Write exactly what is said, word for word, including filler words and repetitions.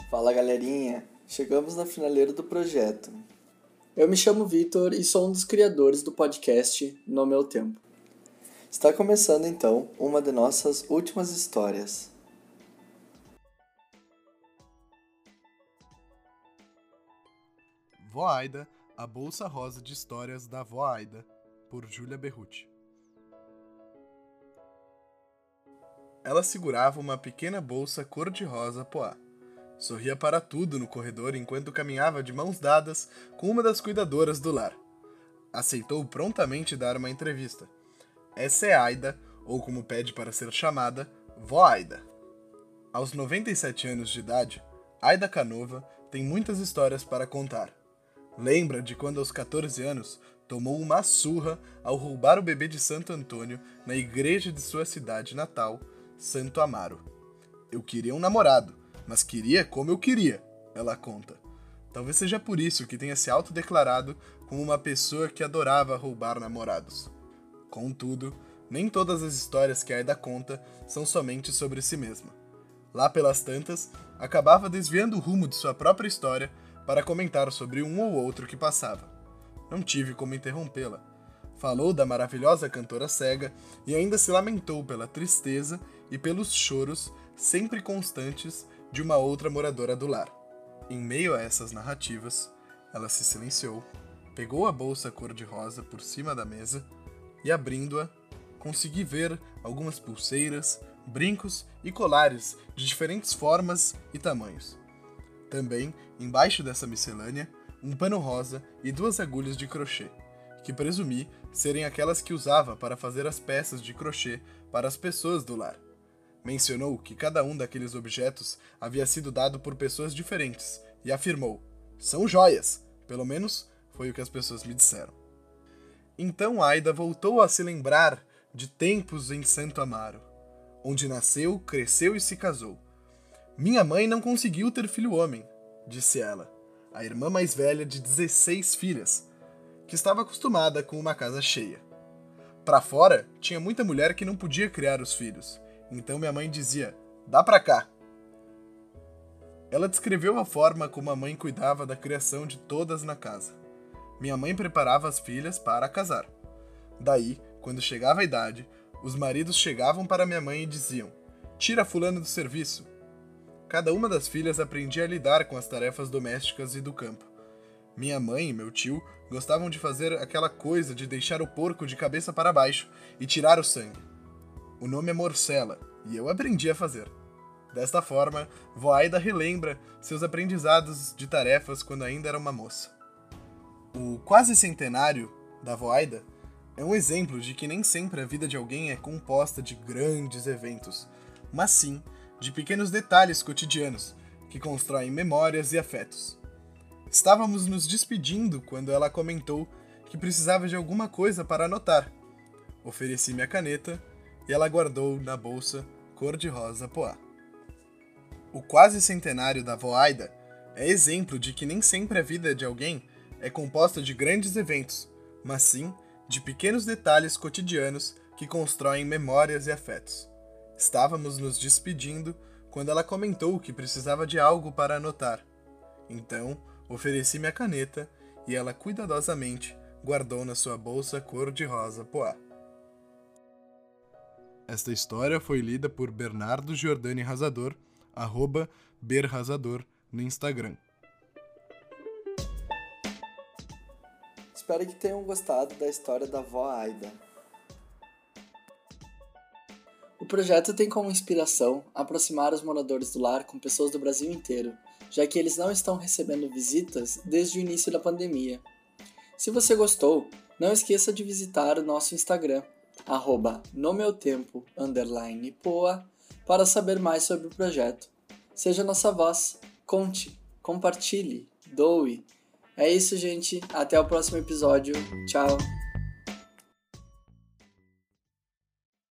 Fala galerinha, chegamos na finaleira do projeto. Eu me chamo Vitor e sou um dos criadores do podcast No Meu Tempo. Está começando então uma de nossas últimas histórias. Vó Aida, a Bolsa Rosa de Histórias da Vó Aida, por Júlia Berruti. Ela segurava uma pequena bolsa cor-de-rosa poá. Sorria para tudo no corredor enquanto caminhava de mãos dadas com uma das cuidadoras do lar. Aceitou prontamente dar uma entrevista. Essa é Aida, ou como pede para ser chamada, Vó Aida. Aos noventa e sete anos de idade, Aida Canova tem muitas histórias para contar. Lembra de quando aos catorze anos tomou uma surra ao roubar o bebê de Santo Antônio na igreja de sua cidade natal, Santo Amaro. Eu queria um namorado, mas queria como eu queria, ela conta. Talvez seja por isso que tenha se autodeclarado como uma pessoa que adorava roubar namorados. Contudo, nem todas as histórias que Aida conta são somente sobre si mesma. Lá pelas tantas, acabava desviando o rumo de sua própria história para comentar sobre um ou outro que passava. Não tive como interrompê-la. Falou da maravilhosa cantora cega e ainda se lamentou pela tristeza e pelos choros sempre constantes de uma outra moradora do lar. Em meio a essas narrativas, ela se silenciou, pegou a bolsa cor-de-rosa por cima da mesa e, abrindo-a, consegui ver algumas pulseiras, brincos e colares de diferentes formas e tamanhos. Também, embaixo dessa miscelânea, um pano rosa e duas agulhas de crochê, que presumi serem aquelas que usava para fazer as peças de crochê para as pessoas do lar. Mencionou que cada um daqueles objetos havia sido dado por pessoas diferentes e afirmou: são joias, pelo menos foi o que as pessoas me disseram. Então Aida voltou a se lembrar de tempos em Santo Amaro, onde nasceu, cresceu e se casou. Minha mãe não conseguiu ter filho homem, disse ela, a irmã mais velha de dezesseis filhas, que estava acostumada com uma casa cheia. Pra fora, tinha muita mulher que não podia criar os filhos, então minha mãe dizia, dá pra cá. Ela descreveu a forma como a mãe cuidava da criação de todas na casa. Minha mãe preparava as filhas para casar. Daí, quando chegava a idade, os maridos chegavam para minha mãe e diziam, tira fulano do serviço. Cada uma das filhas aprendia a lidar com as tarefas domésticas e do campo. Minha mãe e meu tio gostavam de fazer aquela coisa de deixar o porco de cabeça para baixo e tirar o sangue. O nome é morcela, e eu aprendi a fazer. Desta forma, Vó Aida relembra seus aprendizados de tarefas quando ainda era uma moça. O quase centenário da Vó Aida é um exemplo de que nem sempre a vida de alguém é composta de grandes eventos, mas sim de pequenos detalhes cotidianos que constroem memórias e afetos. Estávamos nos despedindo quando ela comentou que precisava de alguma coisa para anotar. Ofereci minha caneta e ela guardou na bolsa cor-de-rosa poá. O quase centenário da Vó Aida é exemplo de que nem sempre a vida de alguém é composta de grandes eventos, mas sim de pequenos detalhes cotidianos que constroem memórias e afetos. Estávamos nos despedindo quando ela comentou que precisava de algo para anotar. Então, ofereci minha caneta e ela cuidadosamente guardou na sua bolsa cor-de-rosa poá. Esta história foi lida por Bernardo Giordani Razador, arroba berrazador no Instagram. Espero que tenham gostado da história da Vó Aida. O projeto tem como inspiração aproximar os moradores do lar com pessoas do Brasil inteiro, já que eles não estão recebendo visitas desde o início da pandemia. Se você gostou, não esqueça de visitar o nosso Instagram, arroba nomeutempo, underline poa, para saber mais sobre o projeto. Seja nossa voz, conte, compartilhe, doe. É isso, gente. Até o próximo episódio. Tchau!